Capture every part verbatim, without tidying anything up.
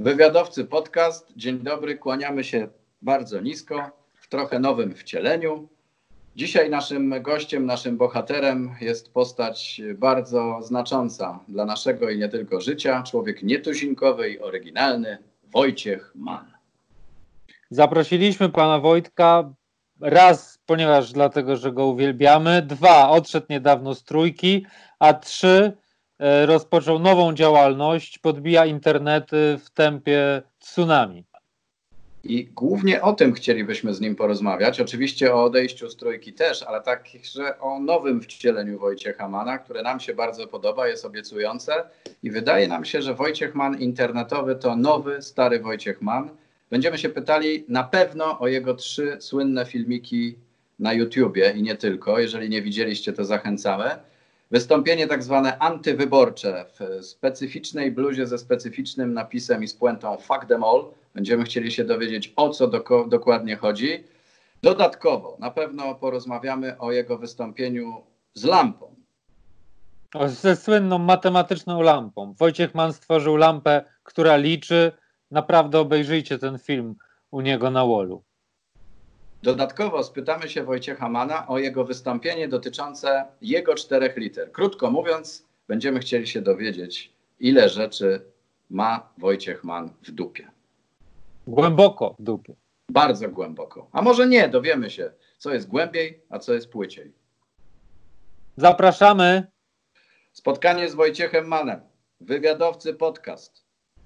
Wywiadowcy Podcast. Dzień dobry, kłaniamy się bardzo nisko, w trochę nowym wcieleniu. Dzisiaj naszym gościem, naszym bohaterem jest postać bardzo znacząca dla naszego i nie tylko życia. Człowiek nietuzinkowy i oryginalny, Wojciech Mann. Zaprosiliśmy pana Wojtka raz, ponieważ dlatego, że go uwielbiamy, dwa, odszedł niedawno z trójki, a trzy, rozpoczął nową działalność, podbija internety w tempie tsunami. I głównie o tym chcielibyśmy z nim porozmawiać. Oczywiście o odejściu z trójki też, ale także o nowym wcieleniu Wojciecha Manna, które nam się bardzo podoba, jest obiecujące. I wydaje nam się, że Wojciech Mann internetowy to nowy, stary Wojciech Mann. Będziemy się pytali na pewno o jego trzy słynne filmiki na YouTubie i nie tylko. Jeżeli nie widzieliście, to zachęcamy. Wystąpienie tak zwane antywyborcze w specyficznej bluzie ze specyficznym napisem i z puentą Fuck them all. Będziemy chcieli się dowiedzieć, o co do, dokładnie chodzi. Dodatkowo na pewno porozmawiamy o jego wystąpieniu z lampą. O, ze słynną matematyczną lampą. Wojciech Mann stworzył lampę, która liczy. Naprawdę obejrzyjcie ten film u niego na wallu. Dodatkowo spytamy się Wojciecha Manna o jego wystąpienie dotyczące jego czterech liter. Krótko mówiąc, będziemy chcieli się dowiedzieć, ile rzeczy ma Wojciech Mann w dupie. Głęboko w dupie. Bardzo głęboko. A może nie, dowiemy się, co jest głębiej, a co jest płyciej. Zapraszamy. Spotkanie z Wojciechem Mannem. Wywiadowcy Podcast.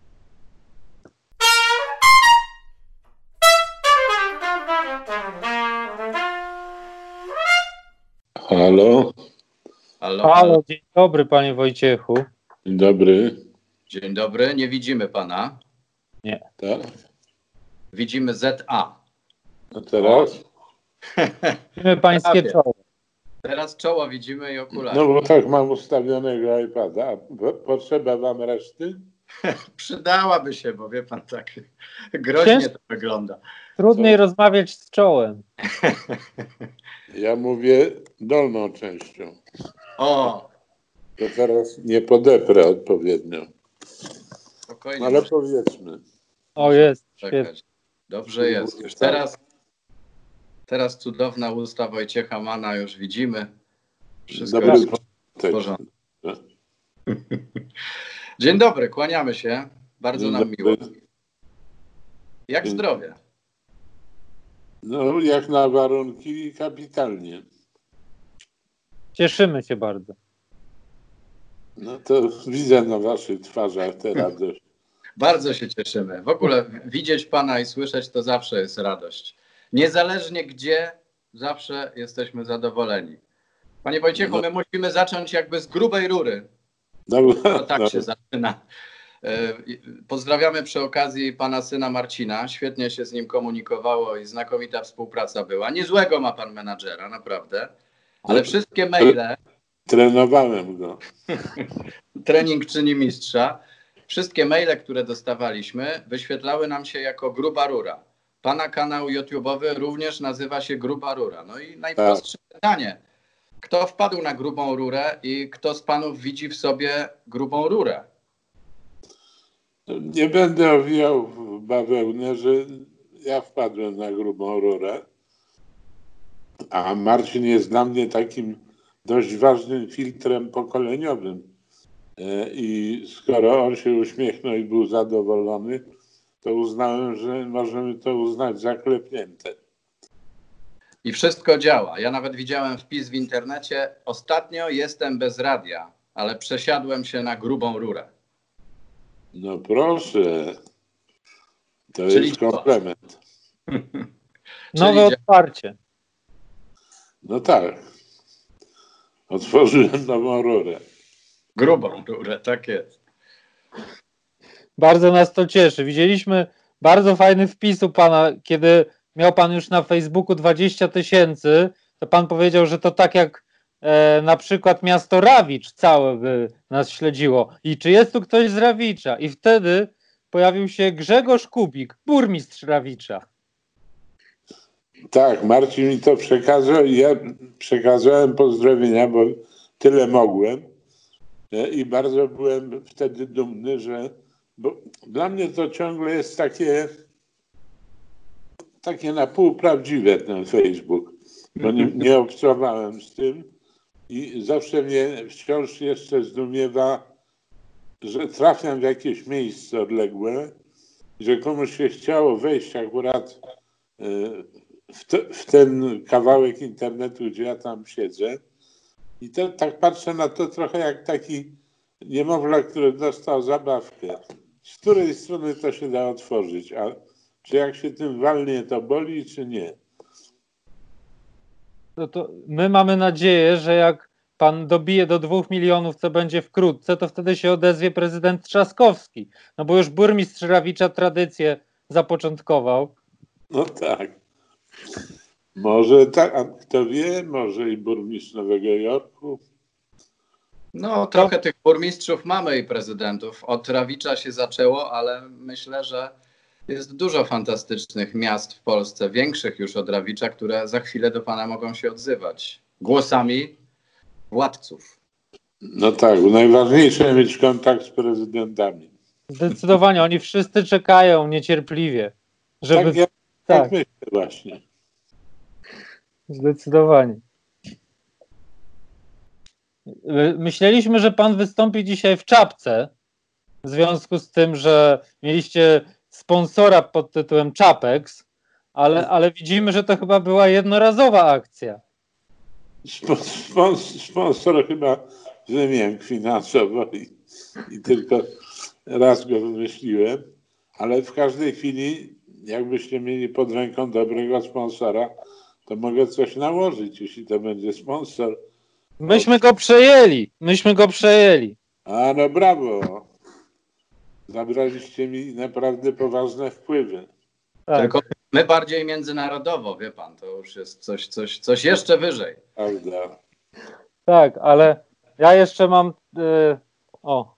Halo. Halo. Halo, dzień dobry panie Wojciechu. Dzień dobry. Dzień dobry, nie widzimy pana. Nie. Tak? Widzimy Z A. A teraz? Widzimy pańskie czoło. Teraz czoło widzimy i okulary. No bo tak mam ustawionego iPada. A potrzeba wam reszty? Przydałaby się, bo wie pan, tak groźnie Cięż... to wygląda. Trudniej Co? rozmawiać z czołem. Ja mówię dolną częścią. O! To teraz nie podeprę odpowiednio. Spokojnie. Ale powiedzmy. O, jest. Czekać. Dobrze jest. Już teraz, teraz cudowna usta Wojciecha Manna już widzimy. Wszystko Dobry jest w porządku. Dzień dobry, kłaniamy się. Bardzo Dzień nam dobry. miło. Jak zdrowie? No jak na warunki kapitalnie. Cieszymy się bardzo. No to widzę na waszych twarzach tę radość. Bardzo się cieszymy. W ogóle widzieć pana i słyszeć to zawsze jest radość. Niezależnie gdzie, zawsze jesteśmy zadowoleni. Panie Wojciechu, no. my musimy zacząć jakby z grubej rury. Dobra, No tak no. się zaczyna. Pozdrawiamy przy okazji pana syna Marcina. Świetnie się z nim komunikowało i znakomita współpraca była. Niezłego ma pan menadżera, naprawdę. Ale wszystkie maile... Trenowałem go. Trening czyni mistrza. Wszystkie maile, które dostawaliśmy, wyświetlały nam się jako gruba rura. Pana kanał YouTube'owy również nazywa się Gruba Rura. No i najprostsze tak. pytanie. Kto wpadł na grubą rurę i kto z panów widzi w sobie grubą rurę? Nie będę owijał w bawełnę, że ja wpadłem na grubą rurę, a Marcin jest dla mnie takim dość ważnym filtrem pokoleniowym. I skoro on się uśmiechnął i był zadowolony, to uznałem, że możemy to uznać za klepnięte. I wszystko działa. Ja nawet widziałem wpis w internecie. Ostatnio jestem bez radia, ale przesiadłem się na grubą rurę. No proszę. To Czyli jest komplement. Nowe otwarcie. No tak. Otworzyłem nową rurę. Grubą rurę, tak jest. Bardzo nas to cieszy. Widzieliśmy bardzo fajny wpis u pana, kiedy miał pan już na Facebooku dwadzieścia tysięcy, to pan powiedział, że to tak jak e, na przykład miasto Rawicz całe by nas śledziło. I czy jest tu ktoś z Rawicza? I wtedy pojawił się Grzegorz Kubik, burmistrz Rawicza. Tak, Marcin mi to przekazał i ja przekazałem pozdrowienia, bo tyle mogłem. I bardzo byłem wtedy dumny, że bo dla mnie to ciągle jest takie, takie na pół prawdziwe ten Facebook, bo nie, nie obcowałem z tym i zawsze mnie wciąż jeszcze zdumiewa, że trafiam w jakieś miejsce odległe, że komuś się chciało wejść akurat w, te, w ten kawałek internetu, gdzie ja tam siedzę. I to, tak patrzę na to trochę jak taki niemowlak, który dostał zabawkę. Z której strony to się da otworzyć? A czy jak się tym walnie, to boli, czy nie? No to my mamy nadzieję, że jak pan dobije do dwóch milionów, co będzie wkrótce, to wtedy się odezwie prezydent Trzaskowski. No bo już burmistrz Rawicza tradycję zapoczątkował. No tak. Może tak, a kto wie, może i burmistrz Nowego Jorku. No trochę tych burmistrzów mamy i prezydentów. Od Rawicza się zaczęło, ale myślę, że jest dużo fantastycznych miast w Polsce, większych już od Rawicza, które za chwilę do pana mogą się odzywać głosami władców. No tak, najważniejsze mieć kontakt z prezydentami. Zdecydowanie, oni wszyscy czekają niecierpliwie, żeby... Tak, ja tak, tak myślę właśnie. Zdecydowanie. Myśleliśmy, że pan wystąpi dzisiaj w czapce, w związku z tym, że mieliście sponsora pod tytułem Czapex, ale, ale widzimy, że to chyba była jednorazowa akcja. Sponsor, sponsor chyba wymiękł finansowo i, i tylko raz go wymyśliłem, ale w każdej chwili, jakbyście mieli pod ręką dobrego sponsora, to mogę coś nałożyć, jeśli to będzie sponsor. Myśmy go przejęli, myśmy go przejęli. A no brawo. Zabraliście mi naprawdę poważne wpływy. Tak. Tylko my bardziej międzynarodowo, wie pan, to już jest coś, coś, coś jeszcze wyżej. Prawda. Tak, ale ja jeszcze mam... Yy, o,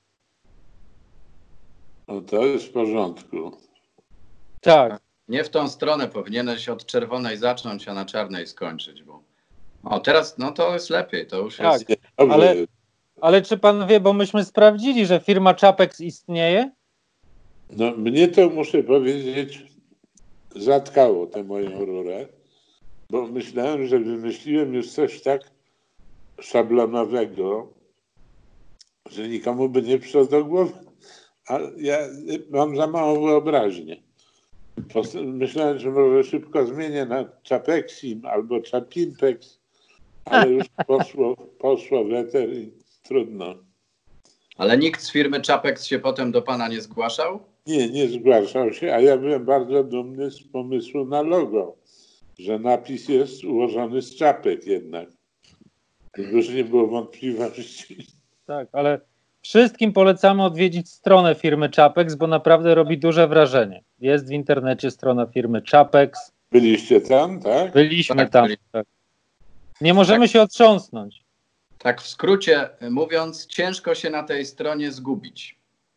No to jest w porządku. tak. Nie w tą stronę powinieneś od czerwonej zacząć, a na czarnej skończyć, bo... O, teraz, no to jest lepiej, to już Tak. jest... Dobrze. Ale, ale czy pan wie, bo myśmy sprawdzili, że firma Czapex istnieje? No mnie to, muszę powiedzieć, zatkało tę moją rurę, bo myślałem, że wymyśliłem już coś tak szablonowego, że nikomu by nie przyszło do głowy. A ja mam za małą wyobraźnię. Myślałem, że może szybko zmienię na Czapexim albo Czapimpex, ale już poszło, poszło weter i trudno. Ale nikt z firmy Czapex się potem do pana nie zgłaszał? Nie, nie zgłaszał się, a ja byłem bardzo dumny z pomysłu na logo, że napis jest ułożony z czapek jednak. Już nie było wątpliwości. Tak, ale wszystkim polecamy odwiedzić stronę firmy Czapex, bo naprawdę robi duże wrażenie. Jest w internecie strona firmy Czapex. Byliście tam, tak? Byliśmy Tak, tam. byli. Tak. Nie możemy się otrząsnąć. Tak w skrócie mówiąc, ciężko się na tej stronie zgubić.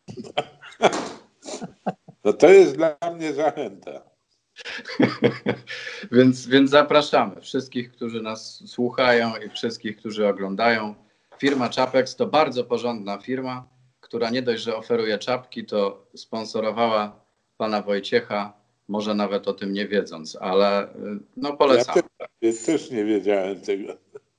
No to jest dla mnie zachęta. więc, więc zapraszamy wszystkich, którzy nas słuchają i wszystkich, którzy oglądają. Firma Czapex to bardzo porządna firma, która nie dość, że oferuje czapki, to sponsorowała pana Wojciecha, może nawet o tym nie wiedząc, ale no polecam. Ja też, ja też nie wiedziałem tego.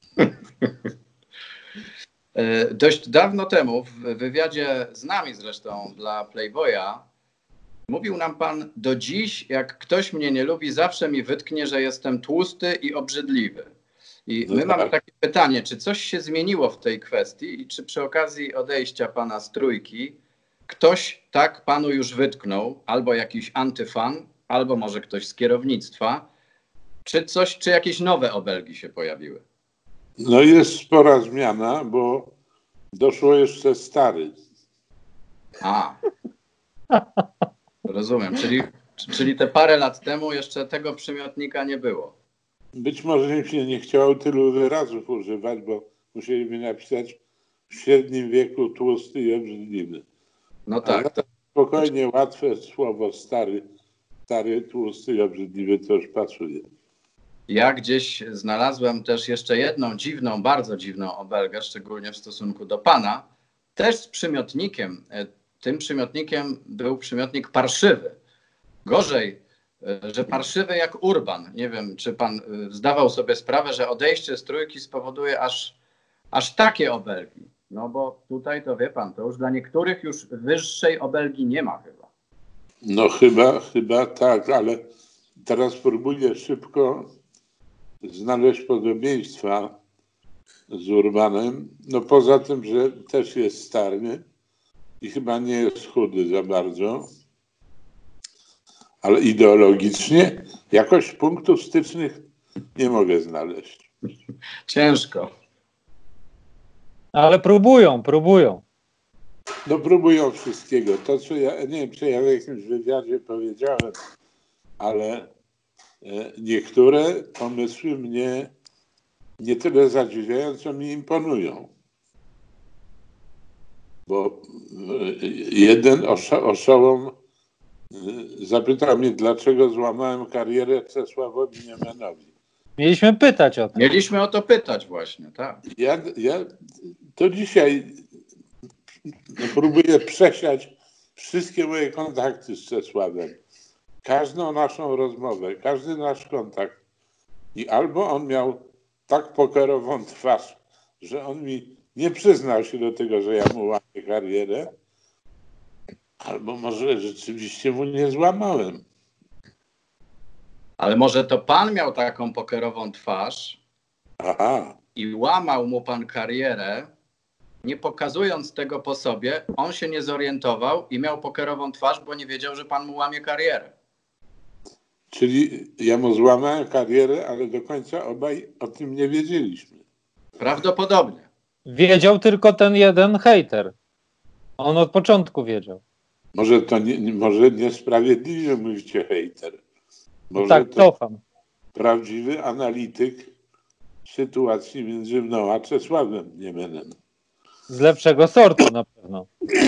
Dość dawno temu, w wywiadzie z nami zresztą dla Playboya, mówił nam pan: do dziś, jak ktoś mnie nie lubi, zawsze mi wytknie, że jestem tłusty i obrzydliwy. I my No mamy tak. takie pytanie, czy coś się zmieniło w tej kwestii i czy przy okazji odejścia pana z Trójki ktoś tak panu już wytknął, albo jakiś antyfan, albo może ktoś z kierownictwa, czy coś, czy jakieś nowe obelgi się pojawiły? No jest spora zmiana, bo doszło jeszcze stary. A, rozumiem, czyli, czyli te parę lat temu jeszcze tego przymiotnika nie było. Być może im się nie chciało tylu wyrazów używać, bo musieliby napisać w średnim wieku tłusty i obrzydliwy. No A tak, to, spokojnie, łatwe słowo stary, stary, tłusty i obrzydliwy to już pasuje. ja gdzieś znalazłem też jeszcze jedną dziwną, bardzo dziwną obelgę, szczególnie w stosunku do pana, też z przymiotnikiem tym przymiotnikiem był przymiotnik parszywy. Gorzej, że parszywy jak Urban. Nie wiem, czy pan zdawał sobie sprawę, że odejście z Trójki spowoduje aż, aż takie obelgi. No bo tutaj to wie pan, to już dla niektórych już wyższej obelgi nie ma chyba. No chyba, chyba tak, ale teraz próbuję szybko znaleźć podobieństwa z Urbanem. No poza tym, że też jest stary i chyba nie jest chudy za bardzo, ale ideologicznie jakoś punktów stycznych nie mogę znaleźć. Ciężko. Ale próbują, próbują. No próbują wszystkiego. To, co ja, nie wiem, czy ja w jakimś wywiadzie powiedziałem, ale e, niektóre pomysły mnie nie tyle zadziwiają, co mi imponują. Bo e, jeden osza, oszołom e, zapytał mnie, dlaczego złamałem karierę Czesławowi Niemenowi. Mieliśmy pytać o to. Mieliśmy o to pytać właśnie, tak. Ja, ja to dzisiaj no, próbuję przesiać wszystkie moje kontakty z Czesławem. Każdą naszą rozmowę, każdy nasz kontakt. I albo on miał tak pokerową twarz, że on mi nie przyznał się do tego, że ja mu łamię karierę, albo może rzeczywiście mu nie złamałem. Ale może to pan miał taką pokerową twarz Aha. i łamał mu pan karierę, nie pokazując tego po sobie, on się nie zorientował i miał pokerową twarz, bo nie wiedział, że pan mu łamie karierę. Czyli ja mu złamałem karierę, ale do końca obaj o tym nie wiedzieliśmy. Prawdopodobnie. Wiedział tylko ten jeden hejter. On od początku wiedział. Może to nie, może niesprawiedliwie mówicie hejter. Może Tak, to cofam. prawdziwy analityk sytuacji między mną a Czesławem Niemenem. Z lepszego sortu na pewno.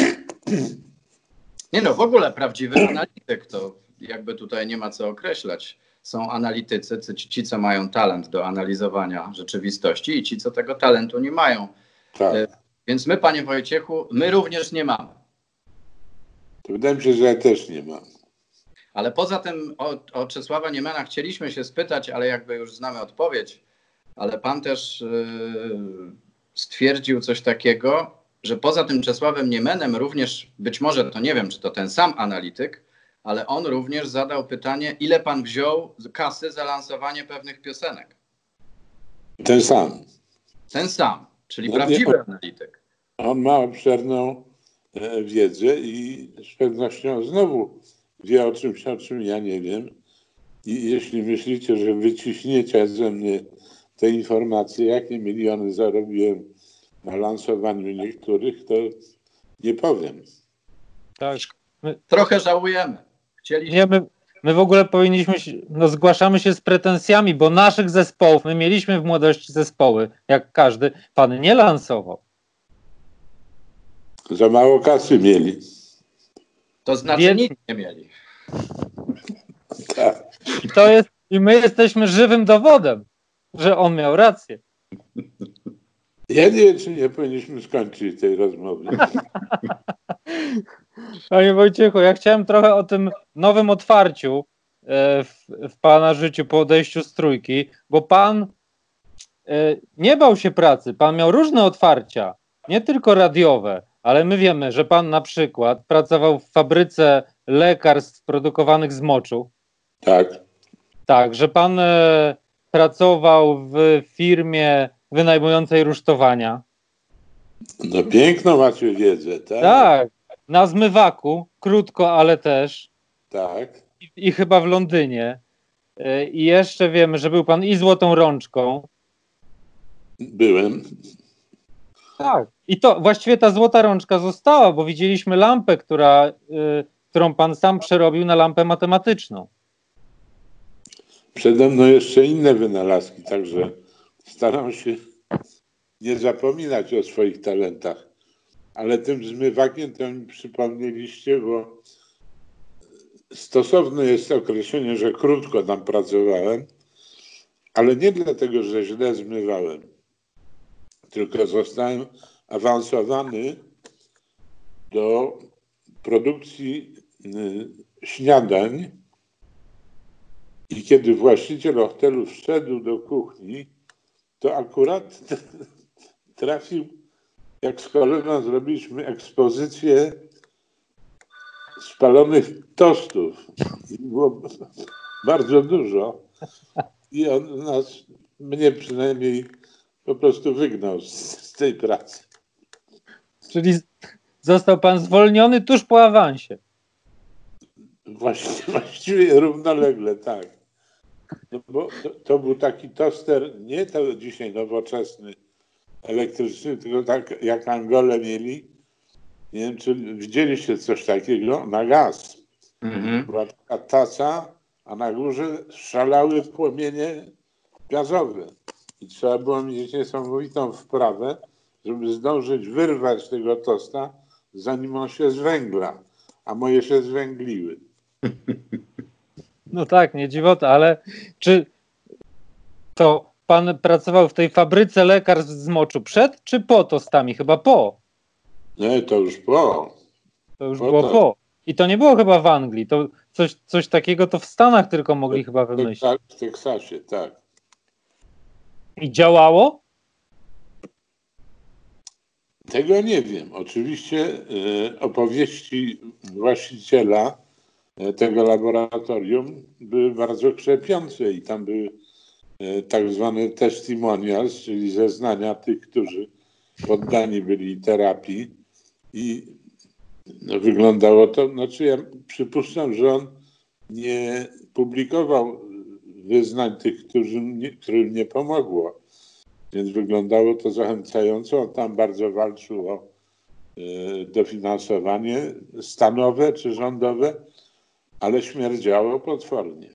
Nie no, w ogóle prawdziwy analityk to jakby tutaj nie ma co określać. Są analitycy, ci, co mają talent do analizowania rzeczywistości i ci, co tego talentu nie mają. Tak. Więc my, panie Wojciechu, my również nie mamy. To wydaje mi się, że ja też nie mam. Ale poza tym o, o Czesława Niemena chcieliśmy się spytać, ale jakby już znamy odpowiedź, ale pan też yy, stwierdził coś takiego, że poza tym Czesławem Niemenem również, być może to nie wiem, czy to ten sam analityk, ale on również zadał pytanie, ile pan wziął z kasy za lansowanie pewnych piosenek. Ten sam. Ten sam, czyli No prawdziwy nie, on, analityk. on ma obszerną e, wiedzę i z pewnością znowu wie o czymś, o czym ja nie wiem. I jeśli myślicie, że wyciśniecie ze mnie te informacje, jakie miliony zarobiłem na lansowaniu niektórych, to nie powiem. Tak. My, Trochę żałujemy. Chcieliśmy... nie, my, my w ogóle powinniśmy, się, no zgłaszamy się z pretensjami, bo naszych zespołów, my mieliśmy w młodości zespoły, jak każdy, pan nie lansował. Za mało kasy mieli. To znaczy Wie... nic nie mieli. Tak. I to jest, i my jesteśmy żywym dowodem, że on miał rację. Ja nie wiem, czy nie powinniśmy skończyć tej rozmowy. Panie Wojciechu, ja chciałem trochę o tym nowym otwarciu w, w pana życiu po odejściu z Trójki, bo pan nie bał się pracy, pan miał różne otwarcia, nie tylko radiowe, ale my wiemy, że pan na przykład pracował w fabryce lekarstw produkowanych z moczu. Tak. Tak, że pan e, pracował w firmie wynajmującej rusztowania. No piękną macie wiedzę, tak? Tak, na zmywaku, krótko, ale też. Tak. I, i chyba w Londynie. E, I jeszcze wiemy, że był pan i złotą rączką. Byłem. Tak. I to właściwie ta złota rączka została, bo widzieliśmy lampę, która, y, którą pan sam przerobił na lampę matematyczną. Przede mną jeszcze inne wynalazki, także staram się nie zapominać o swoich talentach. Ale tym zmywakiem to mi przypomnieliście, bo stosowne jest określenie, że krótko tam pracowałem, ale nie dlatego, że źle zmywałem, tylko zostałem awansowany do produkcji y, śniadań i kiedy właściciel hotelu wszedł do kuchni, to akurat trafił, jak z kolegą zrobiliśmy ekspozycję spalonych tostów. I było bardzo dużo. I on nas, mnie przynajmniej, po prostu wygnał z, z tej pracy. Czyli został pan zwolniony tuż po awansie. Właściwie, właściwie równolegle, tak. No bo to, to był taki toster, nie to dzisiaj nowoczesny, elektryczny, tylko tak jak Angole mieli. Nie wiem, czy widzieliście coś takiego? Na gaz. Mhm. Była taka taca, a na górze szalały płomienie gazowe. I trzeba było mieć niesamowitą wprawę, żeby zdążyć wyrwać tego tosta, zanim on się zwęgla. A moje się zwęgliły. No tak, nie dziwota, ale czy to pan pracował w tej fabryce lekarstw z moczu przed czy po tostami? Chyba po. Nie, to już po. To już po było to. po. I to nie było chyba w Anglii. To coś, coś takiego to w Stanach tylko mogli to, chyba wymyślić. W Teksasie, tak. I działało? Tego nie wiem. Oczywiście y, opowieści właściciela y, tego laboratorium były bardzo krzepiące i tam były y, tak zwane testimonials, czyli zeznania tych, którzy poddani byli terapii i no, wyglądało to, znaczy ja przypuszczam, że on nie publikował wyznań tych, którzy nie, którym nie pomogło. Więc wyglądało to zachęcająco. On tam bardzo walczył o y, dofinansowanie stanowe czy rządowe, ale śmierdziało potwornie.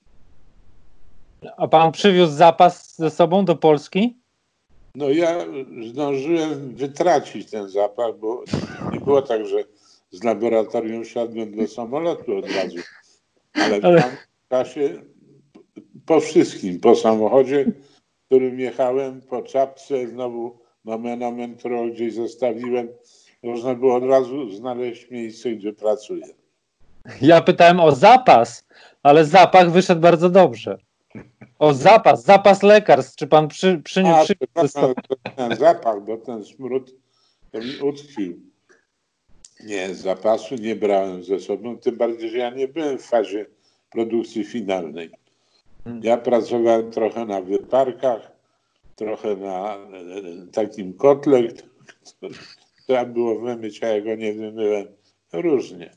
A pan przywiózł zapas ze sobą do Polski? No ja zdążyłem wytracić ten zapach, bo nie było tak, że z laboratorium siadłem do samolotu od razu. Ale w Ale... tamtym czasie po wszystkim, po samochodzie, którym jechałem, po czapce, znowu nomen omen, którą gdzieś zostawiłem, można było od razu znaleźć miejsce, gdzie pracuję. Ja pytałem o zapas, ale zapach wyszedł bardzo dobrze. O zapas, zapas lekarstw. Czy pan przy, przyniósł... A, przy... ten zapach, bo ten smród to mi utkwił. Nie, zapasu nie brałem ze sobą, tym bardziej, że ja nie byłem w fazie produkcji finalnej. Ja pracowałem trochę na wyparkach, trochę na takim kotle, który trzeba było wymyć, a ja go nie wymyłem. Różnie.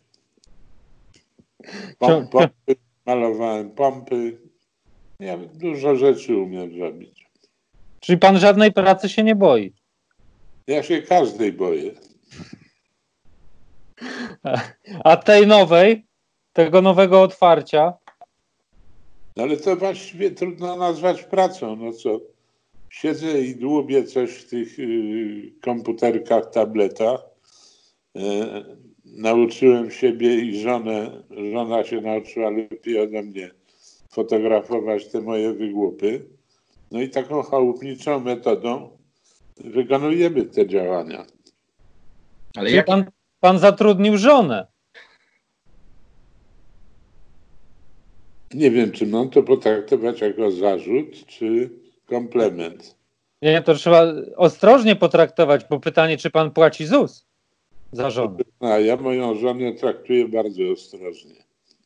Pom, pompy, malowałem pompy. Ja dużo rzeczy umiem robić. Czyli pan żadnej pracy się nie boi? Ja się każdej boję. A tej nowej, tego nowego otwarcia? No ale to właściwie trudno nazwać pracą. No co, siedzę i dłubię coś w tych y, komputerkach, tabletach. Y, nauczyłem siebie i żonę, żona się nauczyła lepiej ode mnie fotografować te moje wygłupy. No i taką chałupniczą metodą wykonujemy te działania. Ale jak pan, pan zatrudnił żonę? Nie wiem, czy mam to potraktować jako zarzut, czy komplement. Nie, to trzeba ostrożnie potraktować, bo pytanie, czy pan płaci ZUS za żonę. A ja moją żonę traktuję bardzo ostrożnie.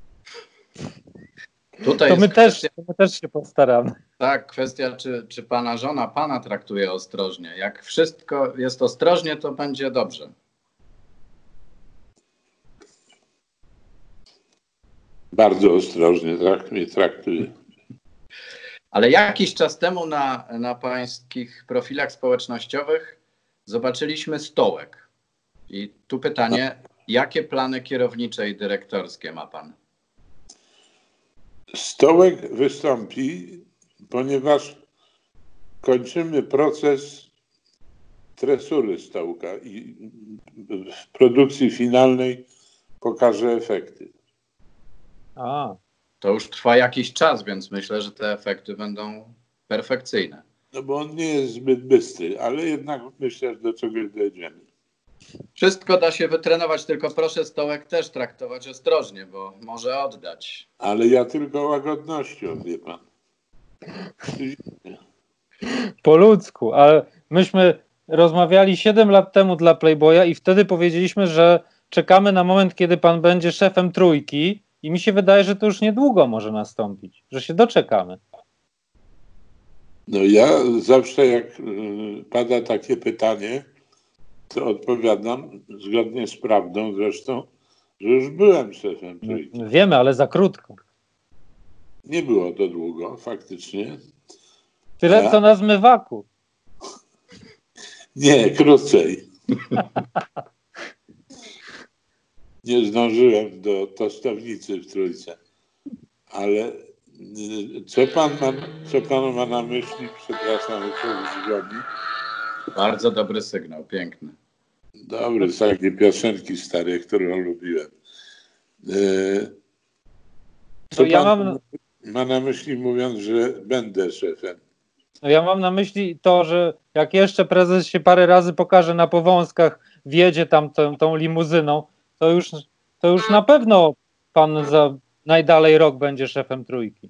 Tutaj to my, kwestia, też, my też się postaramy. Tak, kwestia, czy, czy pana żona pana traktuje ostrożnie. Jak wszystko jest ostrożnie, to będzie dobrze. Bardzo ostrożnie tak mnie traktuje. Ale jakiś czas temu na, na pańskich profilach społecznościowych zobaczyliśmy stołek. I tu pytanie, jakie plany kierownicze i dyrektorskie ma pan? Stołek wystąpi, ponieważ kończymy proces tresury stołka i w produkcji finalnej pokaże efekty. A. To już trwa jakiś czas, więc myślę, że te efekty będą perfekcyjne. No bo on nie jest zbyt bystry, ale jednak myślę, że do czegoś dojdziemy. Wszystko da się wytrenować, tylko proszę stołek też traktować ostrożnie, bo może oddać. Ale ja tylko łagodnością, wie pan. Po ludzku, ale myśmy rozmawiali siedem lat temu dla Playboya i wtedy powiedzieliśmy, że czekamy na moment, kiedy pan będzie szefem Trójki i mi się wydaje, że to już niedługo może nastąpić, że się doczekamy. No ja zawsze jak y, pada takie pytanie, to odpowiadam zgodnie z prawdą zresztą, że już byłem szefem Trójki. Wiemy, ale za krótko. Nie było to długo, faktycznie. Tyle co na zmywaku. Nie, krócej. Nie zdążyłem do tostownicy w Trójce. Ale co pan ma, co pan ma na myśli? Przepraszam, że zgodzi. Bardzo dobry sygnał, piękny. Dobry, z takiej piosenki starej, którą lubiłem. Co No ja pan mam... ma na myśli, mówiąc, że będę szefem? No ja mam na myśli to, że jak jeszcze prezes się parę razy pokaże na Powązkach, wjedzie tam tą, tą limuzyną, to już, to już na pewno pan za najdalej rok będzie szefem Trójki.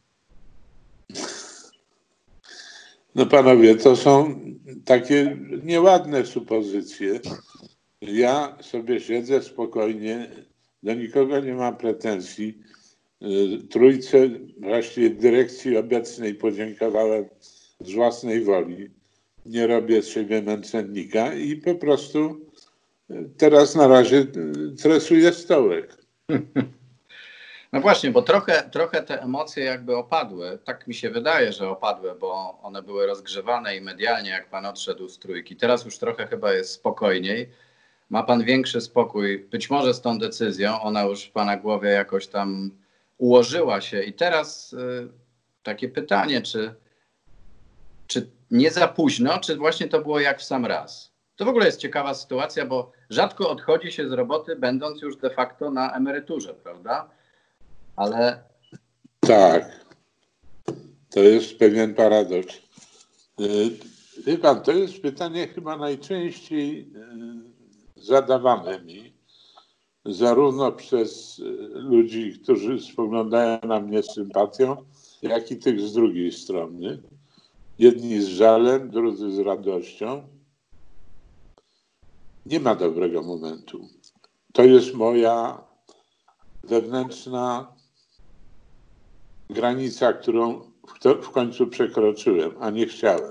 No panowie, to są takie nieładne supozycje. Ja sobie siedzę spokojnie, do nikogo nie mam pretensji. Trójce, właściwie dyrekcji obecnej podziękowałem z własnej woli. Nie robię z siebie męczennika i po prostu teraz na razie tresuję stołek. No właśnie, bo trochę, trochę te emocje jakby opadły. Tak mi się wydaje, że opadły, bo one były rozgrzewane i medialnie, jak pan odszedł z Trójki. Teraz już trochę chyba jest spokojniej. Ma pan większy spokój, być może z tą decyzją. Ona już w pana głowie jakoś tam ułożyła się. I teraz y, takie pytanie, czy, czy nie za późno, czy właśnie to było jak w sam raz? To w ogóle jest ciekawa sytuacja, bo rzadko odchodzi się z roboty, będąc już de facto na emeryturze, prawda? Ale... Tak, to jest pewien paradoks. Wie pan, to jest pytanie chyba najczęściej zadawane mi, zarówno przez ludzi, którzy spoglądają na mnie z sympatią, jak i tych z drugiej strony. Jedni z żalem, drudzy z radością. Nie ma dobrego momentu. To jest moja wewnętrzna granica, którą w końcu przekroczyłem, a nie chciałem.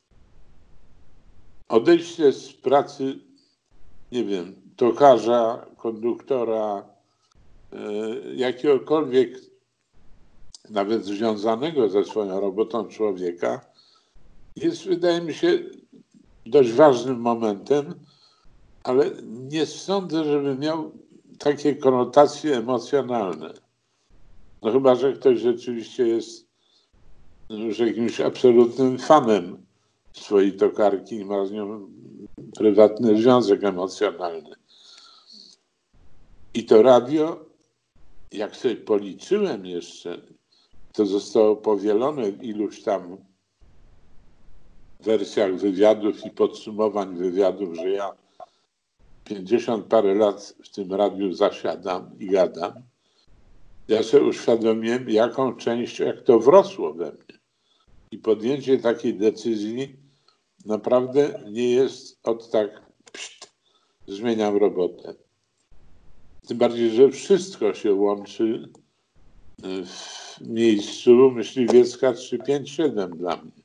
Odejście z pracy, nie wiem, tokarza, konduktora, jakiegokolwiek, nawet związanego ze swoją robotą człowieka, jest, wydaje mi się, dość ważnym momentem, ale nie sądzę, żeby miał takie konotacje emocjonalne. No chyba, że ktoś rzeczywiście jest już jakimś absolutnym fanem swojej tokarki i ma z nią prywatny związek emocjonalny. I to radio, jak sobie policzyłem jeszcze, to zostało powielone w iluś tam wersjach wywiadów i podsumowań wywiadów, że ja pięćdziesiąt parę lat w tym radiu zasiadam i gadam. Ja sobie uświadomiłem, jaką część, jak to wrosło we mnie. I podjęcie takiej decyzji naprawdę nie jest od tak, pszt, zmieniam robotę. Tym bardziej, że wszystko się łączy w miejscu Myśliwiecka trzysta pięćdziesiąt siedem dla mnie.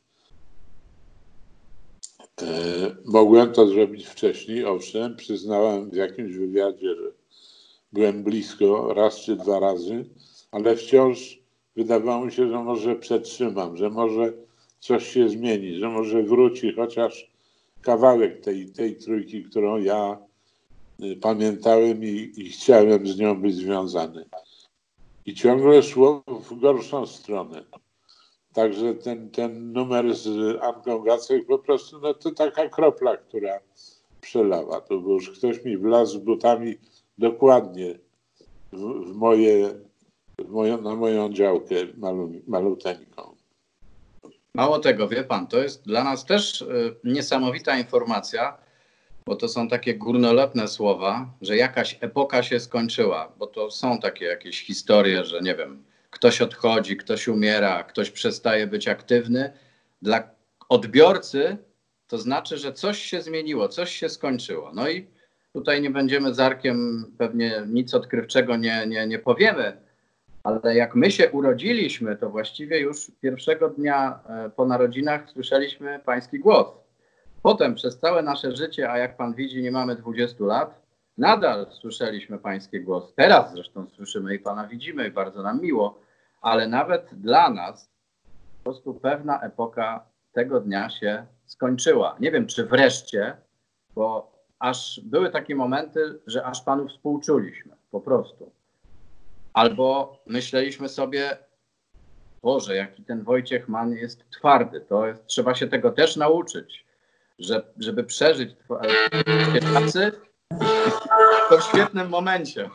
E, mogłem to zrobić wcześniej, owszem, przyznałem w jakimś wywiadzie, że byłem blisko raz czy dwa razy, ale wciąż wydawało mi się, że może przetrzymam, że może coś się zmieni, że może wróci chociaż kawałek tej, tej trójki, którą ja pamiętałem i, i chciałem z nią być związany. I ciągle szło w gorszą stronę. Także ten, ten numer z Anką Gacek po prostu, no to taka kropla, która przelała. To bo już ktoś mi wlazł z butami dokładnie w, w moje, w moją, na moją działkę malu, maluteńką. Mało tego, wie pan, to jest dla nas też y, niesamowita informacja, bo to są takie górnolotne słowa, że jakaś epoka się skończyła, bo to są takie jakieś historie, że nie wiem, ktoś odchodzi, ktoś umiera, ktoś przestaje być aktywny. Dla odbiorcy to znaczy, że coś się zmieniło, coś się skończyło. No i tutaj nie będziemy z Arkiem, pewnie nic odkrywczego nie, nie, nie powiemy, ale jak my się urodziliśmy, to właściwie już pierwszego dnia po narodzinach słyszeliśmy pański głos. Potem przez całe nasze życie, a jak pan widzi, nie mamy dwudziestu lat, nadal słyszeliśmy pański głos. Teraz zresztą słyszymy i pana widzimy i bardzo nam miło, ale nawet dla nas po prostu pewna epoka tego dnia się skończyła. Nie wiem, czy wreszcie, bo aż były takie momenty, że aż panu współczuliśmy, po prostu. Albo myśleliśmy sobie, Boże, jaki ten Wojciech Mann jest twardy, to jest, trzeba się tego też nauczyć, że, żeby przeżyć te czasy to w świetnym momencie.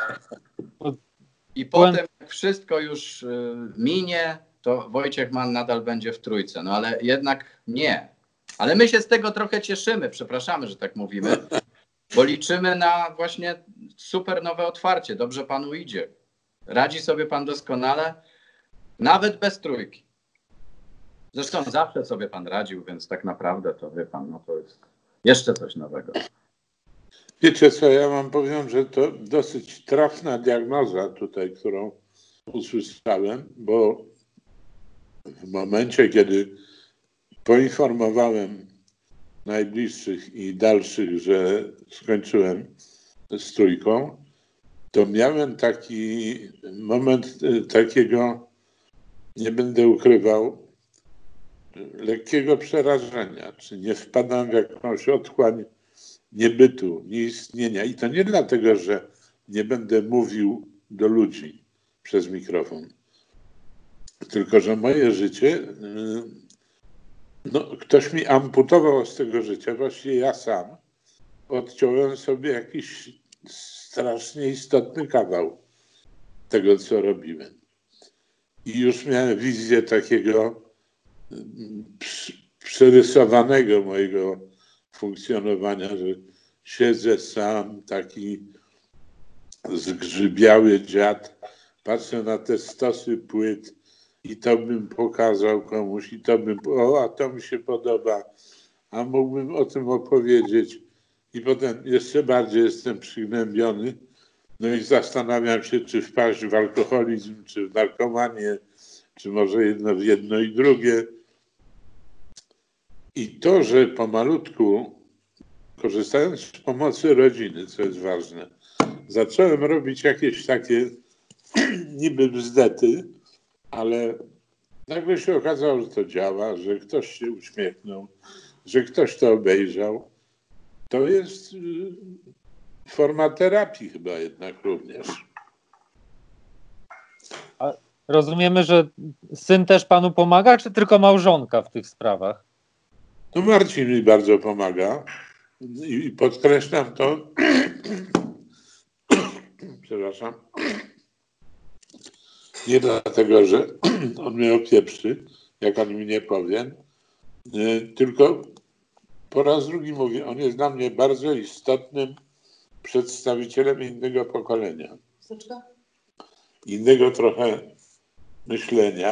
I potem jak wszystko już minie, to Wojciech Mann nadal będzie w trójce. No ale jednak nie. Ale my się z tego trochę cieszymy, przepraszamy, że tak mówimy, bo liczymy na właśnie super nowe otwarcie. Dobrze panu idzie. Radzi sobie pan doskonale, nawet bez trójki. Zresztą zawsze sobie pan radził, więc tak naprawdę to wie pan, no to jest jeszcze coś nowego. Wiecie co, ja wam powiem, że to dosyć trafna diagnoza tutaj, którą usłyszałem, bo w momencie, kiedy poinformowałem najbliższych i dalszych, że skończyłem z trójką, to miałem taki moment takiego, nie będę ukrywał, lekkiego przerażenia, czy nie wpadam w jakąś otchłań niebytu, nieistnienia. I to nie dlatego, że nie będę mówił do ludzi przez mikrofon, tylko że moje życie, no, ktoś mi amputował z tego życia, właściwie ja sam odciąłem sobie jakiś strasznie istotny kawał tego, co robiłem. I już miałem wizję takiego przerysowanego mojego funkcjonowania, że siedzę sam, taki zgrzybiały dziad, patrzę na te stosy płyt i to bym pokazał komuś, i to bym, o, a to mi się podoba, a mógłbym o tym opowiedzieć. I potem jeszcze bardziej jestem przygnębiony, no i zastanawiam się, czy wpaść w alkoholizm, czy w narkomanię, czy może jedno, jedno i drugie. I to, że pomalutku, korzystając z pomocy rodziny, co jest ważne, zacząłem robić jakieś takie niby bzdety, ale nagle się okazało, że to działa, że ktoś się uśmiechnął, że ktoś to obejrzał. To jest forma terapii chyba jednak również. A rozumiemy, że syn też panu pomaga, czy tylko małżonka w tych sprawach? No Marcin mi bardzo pomaga i podkreślam to, przepraszam, nie dlatego, że on mnie opieprzy, jak on mi nie powie, tylko po raz drugi mówię, on jest dla mnie bardzo istotnym przedstawicielem innego pokolenia. Innego trochę myślenia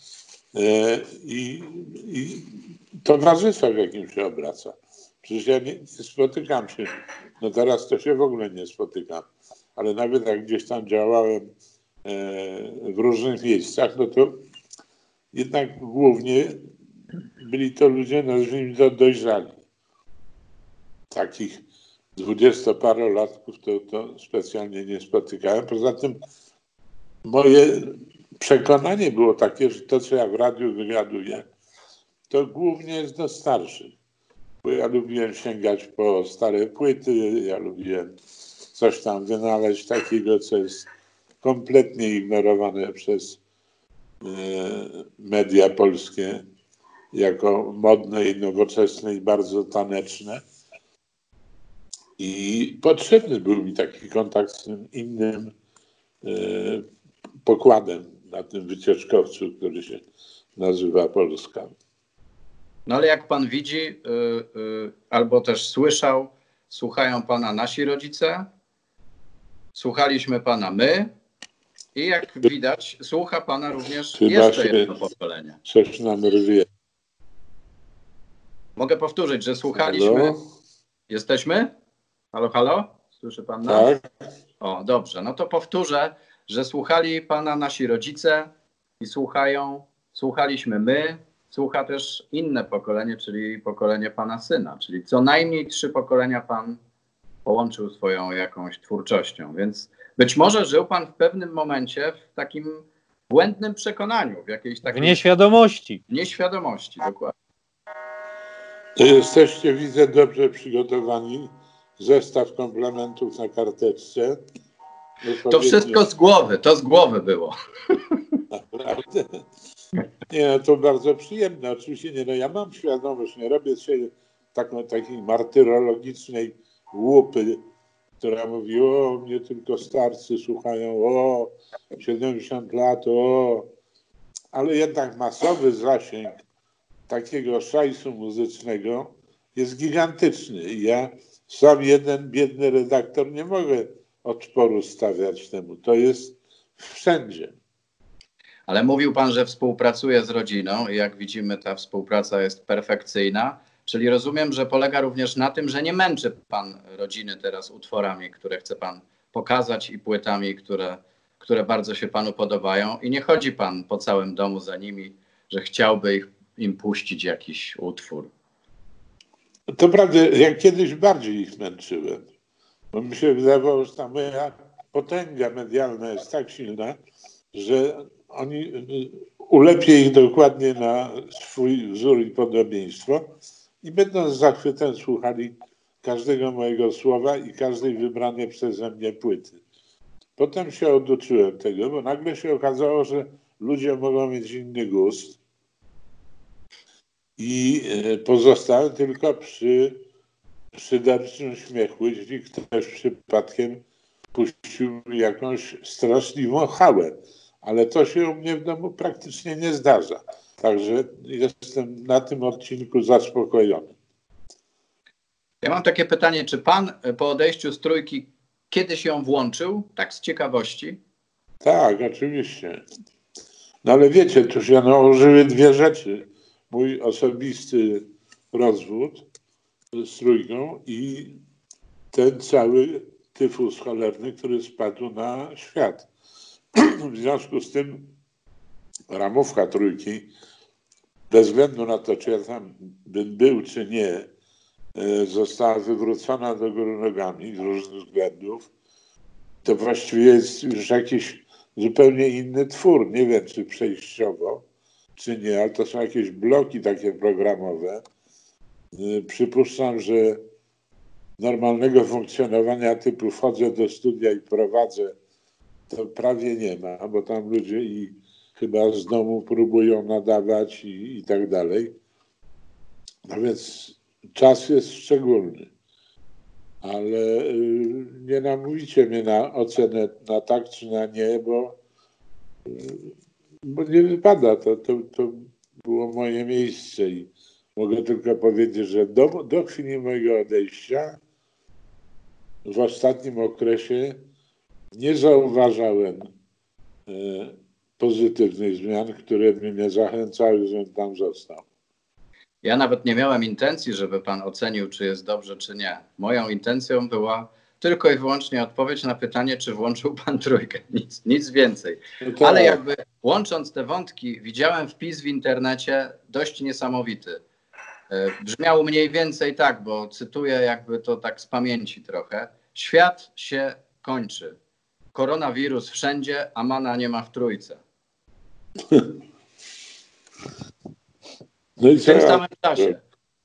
i, i towarzystwa, w jakim się obraca. Przecież ja nie, nie spotykam się, no teraz to się w ogóle nie spotykam, ale nawet jak gdzieś tam działałem w różnych miejscach, no to jednak głównie byli to ludzie, nazwijmy to, dojrzali. Takich dwudziestoparolatków to, to specjalnie nie spotykałem. Poza tym moje przekonanie było takie, że to, co ja w radiu wygaduję, to głównie jest do starszych. Bo ja lubiłem sięgać po stare płyty, ja lubiłem coś tam wynaleźć takiego, co jest kompletnie ignorowane przez e, media polskie jako modne i nowoczesne i bardzo taneczne. I potrzebny był mi taki kontakt z tym innym e, pokładem na tym wycieczkowcu, który się nazywa Polska. No ale jak pan widzi, yy, yy, albo też słyszał, słuchają pana nasi rodzice, słuchaliśmy pana my i jak widać słucha pana również Chyba jeszcze się jedno pokolenie. Coś nam rwie. Mogę powtórzyć, że słuchaliśmy... Halo? Jesteśmy? Halo, halo? Słyszy pan nas? Tak. O, dobrze. No to powtórzę, że słuchali pana nasi rodzice i słuchają, słuchaliśmy my, słucha też inne pokolenie, czyli pokolenie pana syna, czyli co najmniej trzy pokolenia pan połączył swoją jakąś twórczością, więc być może żył pan w pewnym momencie w takim błędnym przekonaniu, w jakiejś takiej... W nieświadomości. Nieświadomości, dokładnie. To jesteście, widzę, dobrze przygotowani. Zestaw komplementów na karteczce. To wszystko z głowy, to z głowy było. Naprawdę? Nie, no to bardzo przyjemne. Oczywiście nie, no ja mam świadomość, nie robię sobie taką, takiej martyrologicznej łupy, która mówi, o, mnie tylko starcy słuchają, o, siedemdziesiąt lat, o. Ale jednak masowy zasięg takiego szajsu muzycznego jest gigantyczny. I ja sam jeden biedny redaktor nie mogę odporu stawiać temu. To jest wszędzie. Ale mówił pan, że współpracuje z rodziną i jak widzimy, ta współpraca jest perfekcyjna. Czyli rozumiem, że polega również na tym, że nie męczy pan rodziny teraz utworami, które chce pan pokazać i płytami, które, które bardzo się panu podobają. I nie chodzi pan po całym domu za nimi, że chciałby ich, im puścić jakiś utwór. To prawda, ja kiedyś bardziej ich męczyłem. Bo mi się wydawało, że ta moja potęga medialna jest tak silna, że oni ulepię ich dokładnie na swój wzór i podobieństwo i będą z zachwytem słuchali każdego mojego słowa i każdej wybranej przeze mnie płyty. Potem się oduczyłem tego, bo nagle się okazało, że ludzie mogą mieć inny gust i pozostałem tylko przy szyderczym śmiechu, jeśli ktoś przypadkiem puścił jakąś straszliwą chałę. Ale to się u mnie w domu praktycznie nie zdarza. Także jestem na tym odcinku zaspokojony. Ja mam takie pytanie, czy pan po odejściu z Trójki kiedyś ją włączył, tak z ciekawości? Tak, oczywiście. No ale wiecie, tu się nałożyły dwie rzeczy. Mój osobisty rozwód z Trójką i ten cały tyfus cholerny, który spadł na świat. W związku z tym ramówka Trójki, bez względu na to, czy ja tam bym był, czy nie, została wywrócona do góry nogami z różnych względów. To właściwie jest już jakiś zupełnie inny twór. Nie wiem, czy przejściowo, czy nie, ale to są jakieś bloki takie programowe. Przypuszczam, że normalnego funkcjonowania typu wchodzę do studia i prowadzę, to prawie nie ma, bo tam ludzie i chyba z domu próbują nadawać i, i tak dalej. No więc czas jest szczególny. Ale y, nie namówicie mnie na ocenę na tak czy na nie, bo, y, bo nie wypada. To, to, to było moje miejsce i mogę tylko powiedzieć, że do, do chwili mojego odejścia w ostatnim okresie nie zauważałem e, pozytywnych zmian, które by mnie zachęcały, żebym tam został. Ja nawet nie miałem intencji, żeby pan ocenił, czy jest dobrze, czy nie. Moją intencją była tylko i wyłącznie odpowiedź na pytanie, czy włączył pan Trójkę. Nic, nic więcej. No tak. Ale jakby łącząc te wątki, widziałem wpis w internecie dość niesamowity. Brzmiał mniej więcej tak, bo cytuję jakby to tak z pamięci trochę. Świat się kończy. Koronawirus wszędzie, a mana nie ma w Trójce. No i w tym samym czasie.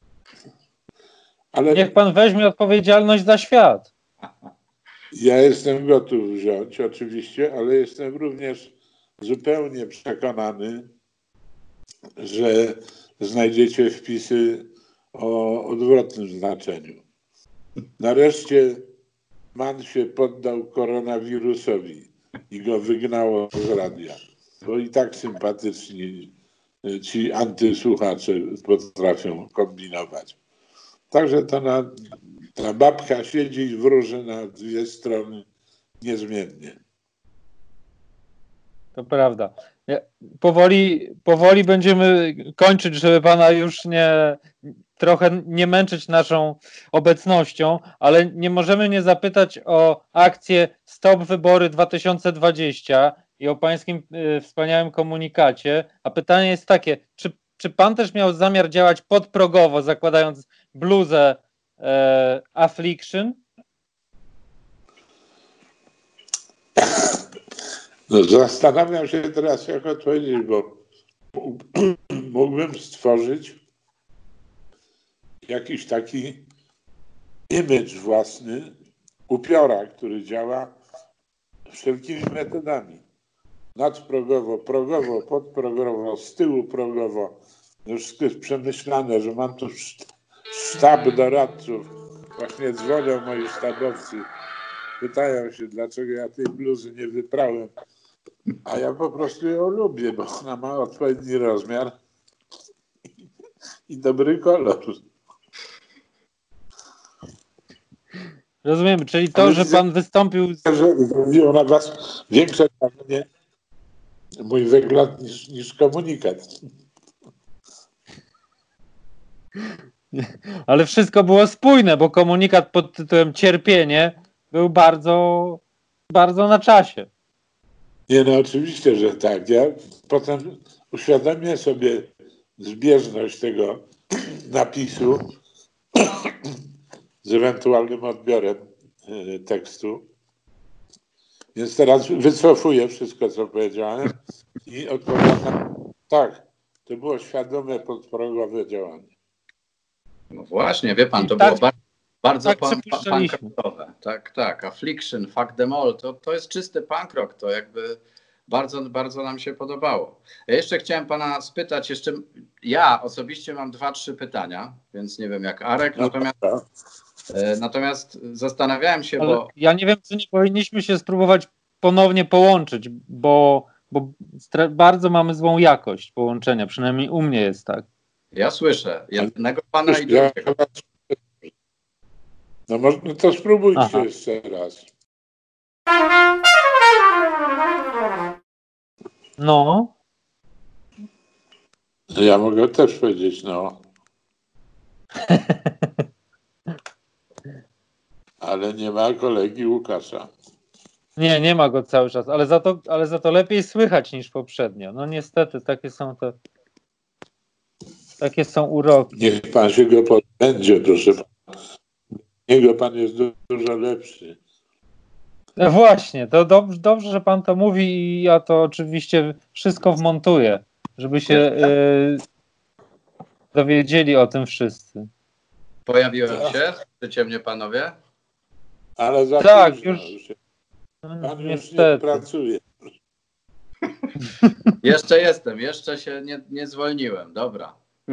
Ale niech pan weźmie odpowiedzialność za świat. Ja jestem gotów wziąć oczywiście, ale jestem również zupełnie przekonany, że znajdziecie wpisy o odwrotnym znaczeniu. Nareszcie man się poddał koronawirusowi i go wygnało z radia. Bo i tak sympatyczni ci antysłuchacze potrafią kombinować. Także to na, ta babka siedzi i wróży na dwie strony niezmiennie. To prawda. Powoli, powoli będziemy kończyć, żeby pana już nie trochę nie męczyć naszą obecnością, ale nie możemy nie zapytać o akcję Stop Wybory dwa tysiące dwadzieścia i o pańskim y, wspaniałym komunikacie. A pytanie jest takie, czy, czy pan też miał zamiar działać podprogowo, zakładając bluzę e, Affliction? No, zastanawiam się teraz, jak odpowiedzieć, bo mógłbym stworzyć jakiś taki image własny upiora, który działa wszelkimi metodami. Nadprogowo, progowo, podprogowo, z tyłu progowo. No wszystko jest przemyślane, że mam tu sztab doradców. Właśnie dzwonią moi sztabowcy. Pytają się, dlaczego ja tej bluzy nie wyprałem. A ja po prostu ją lubię, bo ona ma odpowiedni rozmiar i dobry kolor. Rozumiem, czyli to, Ale że widzę, pan wystąpił... Z... że zrobiło na was większe wrażenie mój wygląd niż, niż komunikat. Ale wszystko było spójne, bo komunikat pod tytułem Cierpienie był bardzo, bardzo na czasie. Nie, no oczywiście, że tak. Ja potem uświadomię sobie zbieżność tego napisu z ewentualnym odbiorem y, tekstu. Więc teraz wycofuję wszystko, co powiedziałem i odpowiadam, tak, to było świadome podprogowe działanie. No właśnie, wie pan, to I tak, było bardzo, bardzo tak pan, przypuszczaliśmy. punk rockowe. Tak, tak. Affliction, Fuck them all, to, to jest czysty punk rock, to jakby bardzo, bardzo nam się podobało. Ja jeszcze chciałem pana spytać, jeszcze ja osobiście mam dwa, trzy pytania, więc nie wiem jak Arek, No, natomiast, tak. e, natomiast zastanawiałem się, Ale bo... ja nie wiem, czy nie powinniśmy się spróbować ponownie połączyć, bo, bo bardzo mamy złą jakość połączenia, przynajmniej u mnie jest tak. Ja słyszę jednego pana i Ja, drugiego. no może no to spróbujcie Aha. jeszcze raz. No. Ja mogę też powiedzieć, no. Ale nie ma kolegi Łukasza. Nie, nie ma go cały czas, ale za to, ale za to lepiej słychać niż poprzednio. No niestety, takie są te takie są uroki. Niech pan się go podbędzie, proszę pana. Niego pan jest du- dużo lepszy. No właśnie, to dobrze, dobrze, że pan to mówi i ja to oczywiście wszystko wmontuję, żeby się y, dowiedzieli o tym wszyscy. Pojawiłem się, słyszycie mnie panowie? Ale za Tak, późno już- już. No, Pan już nie niestety. pracuje. Jeszcze jestem, jeszcze się nie, nie zwolniłem, dobra.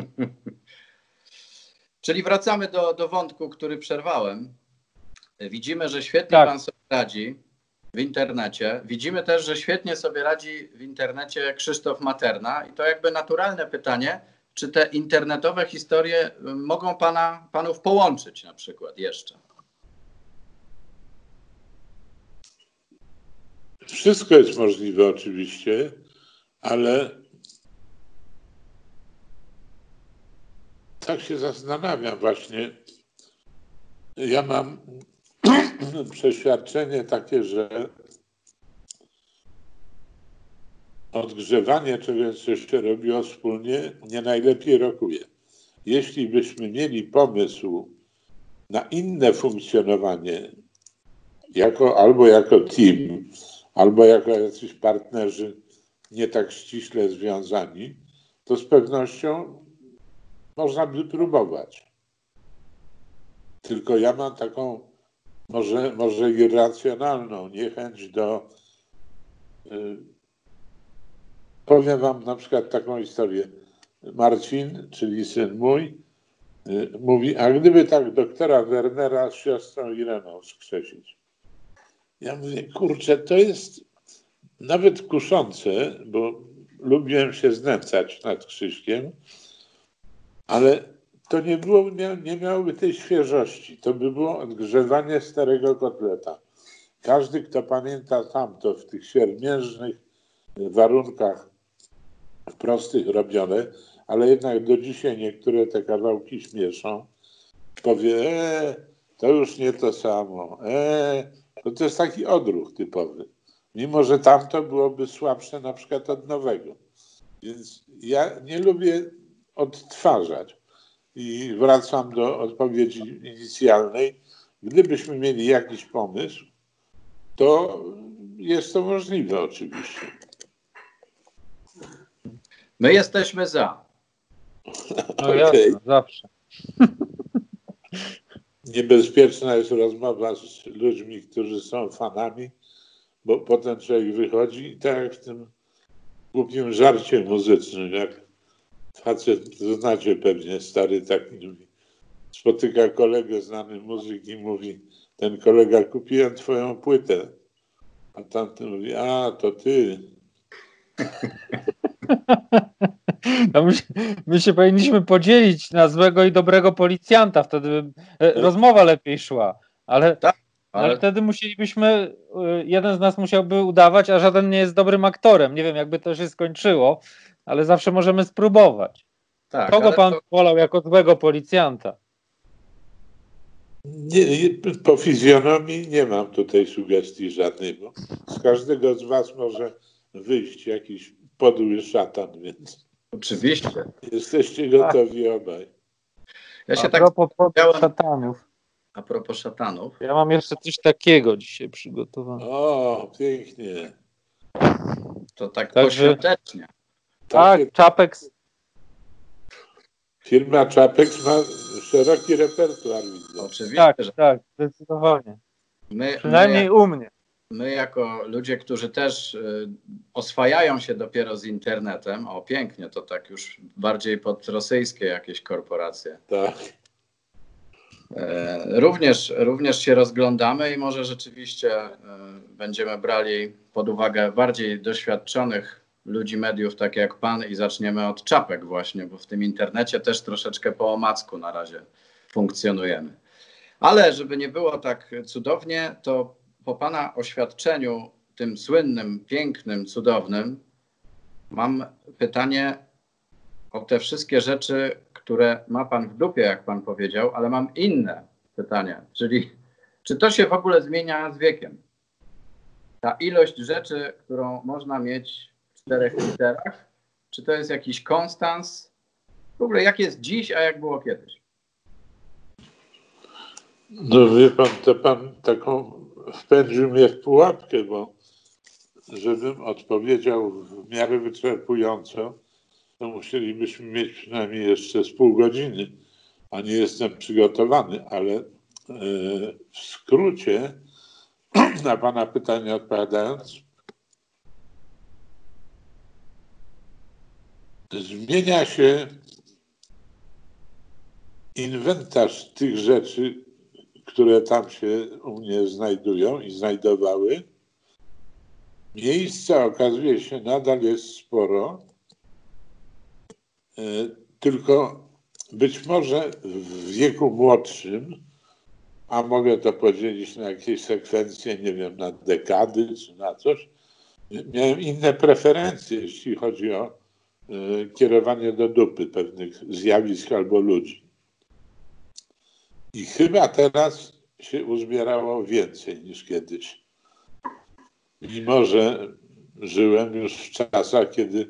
Czyli wracamy do, do wątku, który przerwałem. Widzimy, że świetnie Tak. pan sobie radzi w internecie. Widzimy też, że świetnie sobie radzi w internecie Krzysztof Materna i to jakby naturalne pytanie, czy te internetowe historie mogą pana, panów połączyć na przykład jeszcze? Wszystko jest możliwe oczywiście, ale tak się zastanawiam właśnie. Ja mam przeświadczenie takie, że odgrzewanie czegoś, co się robiło wspólnie, nie najlepiej rokuje. Jeśli byśmy mieli pomysł na inne funkcjonowanie, jako, albo jako team, albo jako jacyś partnerzy nie tak ściśle związani, to z pewnością można by próbować. Tylko ja mam taką może, może irracjonalną niechęć do... Yy, powiem wam na przykład taką historię. Marcin, czyli syn mój, yy, mówi, a gdyby tak doktora Wernera z siostrą Ireną skrzesić? Ja mówię, kurczę, to jest nawet kuszące, bo lubiłem się znęcać nad Krzyśkiem, ale to nie, było, nie, nie miałoby tej świeżości. To by było odgrzewanie starego kotleta. Każdy, kto pamięta tamto w tych siermiężnych warunkach prostych robione, ale jednak do dzisiaj niektóre te kawałki śmieszą, powie, e, to już nie to samo, e, to, to jest taki odruch typowy. Mimo że tamto byłoby słabsze na przykład od nowego. Więc ja nie lubię odtwarzać. I wracam do odpowiedzi inicjalnej. Gdybyśmy mieli jakiś pomysł, to jest to możliwe oczywiście. My jesteśmy za. No okay. Jasne, zawsze. Niebezpieczna jest rozmowa z ludźmi, którzy są fanami, bo potem człowiek wychodzi i tak jak w tym głupim żarcie muzycznym, jak facet, znacie pewnie, stary taki mówi, spotyka kolegę znany muzyk i mówi, ten kolega, kupiłem twoją płytę, a tamten mówi, a to ty. No my, się, my się powinniśmy podzielić na złego i dobrego policjanta, wtedy by e, rozmowa lepiej szła, ale, tak, ale... ale wtedy musielibyśmy, jeden z nas musiałby udawać, a żaden nie jest dobrym aktorem. Nie wiem, jakby to się skończyło, ale zawsze możemy spróbować. Tak, kogo pan to... wolał jako złego policjanta? Nie, po fizjonomii nie mam tutaj sugestii żadnej, bo z każdego z was może wyjść jakiś podły szatan, więc... Oczywiście. Jesteście gotowi obaj. Ja się a tak propos spotkałem... szatanów. A propos szatanów. Ja mam jeszcze coś takiego dzisiaj przygotowane. O, pięknie. To tak poświątecznie. Tak, Takie... Czapeks. Firma Czapeks ma szeroki repertuar. Oczywiście. Tak, że... tak, zdecydowanie. My, Przynajmniej my... u mnie. My jako ludzie, którzy też y, oswajają się dopiero z internetem, o pięknie, to tak już bardziej pod rosyjskie jakieś korporacje. Tak. E, również, również się rozglądamy i może rzeczywiście y, będziemy brali pod uwagę bardziej doświadczonych ludzi mediów, tak jak pan, i zaczniemy od czapek właśnie, bo w tym internecie też troszeczkę po omacku na razie funkcjonujemy. Ale żeby nie było tak cudownie, to po pana oświadczeniu, tym słynnym, pięknym, cudownym, mam pytanie o te wszystkie rzeczy, które ma pan w dupie, jak pan powiedział, ale mam inne pytanie, czyli czy to się w ogóle zmienia z wiekiem? Ta ilość rzeczy, którą można mieć w czterech literach, czy to jest jakiś konstans? W ogóle jak jest dziś, a jak było kiedyś? No wie pan, to pan taką wpędził mnie w pułapkę, bo żebym odpowiedział w miarę wyczerpująco, to musielibyśmy mieć przynajmniej jeszcze z pół godziny, a nie jestem przygotowany, ale e, w skrócie na pana pytanie odpowiadając, zmienia się inwentarz tych rzeczy, które tam się u mnie znajdują i znajdowały. Miejsca, okazuje się, nadal jest sporo, tylko być może w wieku młodszym, a mogę to podzielić na jakieś sekwencje, nie wiem, na dekady czy na coś, miałem inne preferencje, jeśli chodzi o kierowanie do dupy pewnych zjawisk albo ludzi. I chyba teraz się uzbierało więcej niż kiedyś. Mimo że żyłem już w czasach, kiedy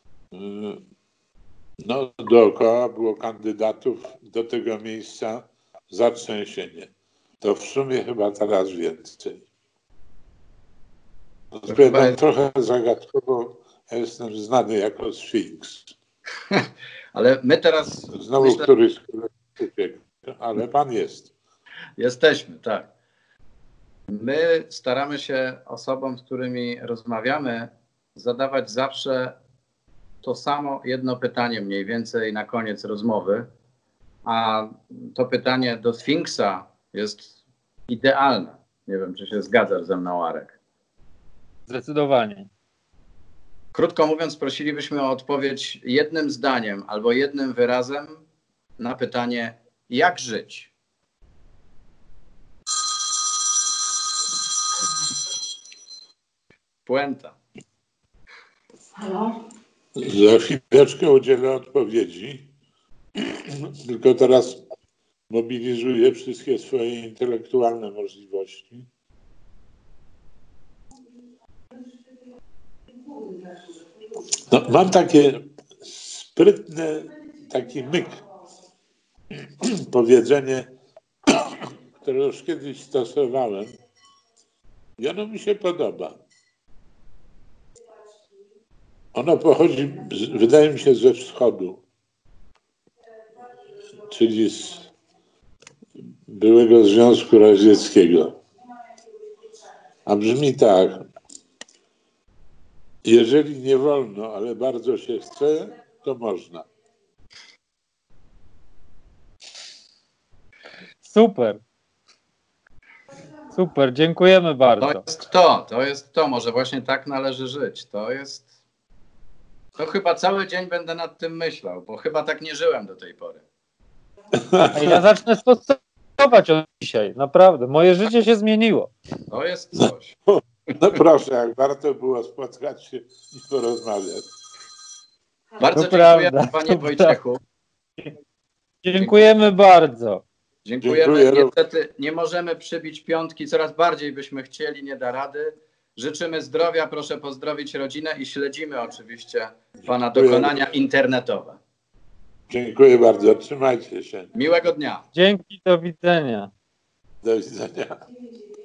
no, dookoła było kandydatów do tego miejsca za trzęsienie. To w sumie chyba teraz więcej. Odpowiadam chyba... trochę zagadkowo, ja jestem znany jako Sfinks. Ale my teraz... Znowu myślę... któryś uciekł, ale pan jest. Jesteśmy, tak. My staramy się osobom, z którymi rozmawiamy, zadawać zawsze to samo jedno pytanie mniej więcej na koniec rozmowy, a to pytanie do Sfinksa jest idealne. Nie wiem, czy się zgadzasz ze mną, Arek. Zdecydowanie. Krótko mówiąc, prosilibyśmy o odpowiedź jednym zdaniem albo jednym wyrazem na pytanie, jak żyć? Puenta. Za chwileczkę udzielę odpowiedzi, tylko teraz mobilizuję wszystkie swoje intelektualne możliwości. No, mam takie sprytne, taki myk, powiedzenie, które już kiedyś stosowałem i ono mi się podoba. Ono pochodzi, wydaje mi się, ze wschodu, czyli z byłego Związku Radzieckiego. A brzmi tak: jeżeli nie wolno, ale bardzo się chce, to można. Super. Super, dziękujemy bardzo. To jest to, to jest to. Może właśnie tak należy żyć. To jest... To chyba cały dzień będę nad tym myślał, bo chyba tak nie żyłem do tej pory. Ja zacznę stosować od dzisiaj, naprawdę. Moje życie się zmieniło. To jest coś. No proszę, jak warto było spotkać się i porozmawiać. Bardzo To dziękuję, prawda, panie to Wojciechu. Dziękujemy bardzo. Dziękujemy. Dziękuję. Niestety nie możemy przybić piątki, coraz bardziej byśmy chcieli, nie da rady. Życzymy zdrowia, proszę pozdrowić rodzinę i śledzimy oczywiście pana Dziękuję. dokonania internetowe. Dziękuję bardzo, trzymajcie się. Miłego dnia. Dzięki, do widzenia. Do widzenia.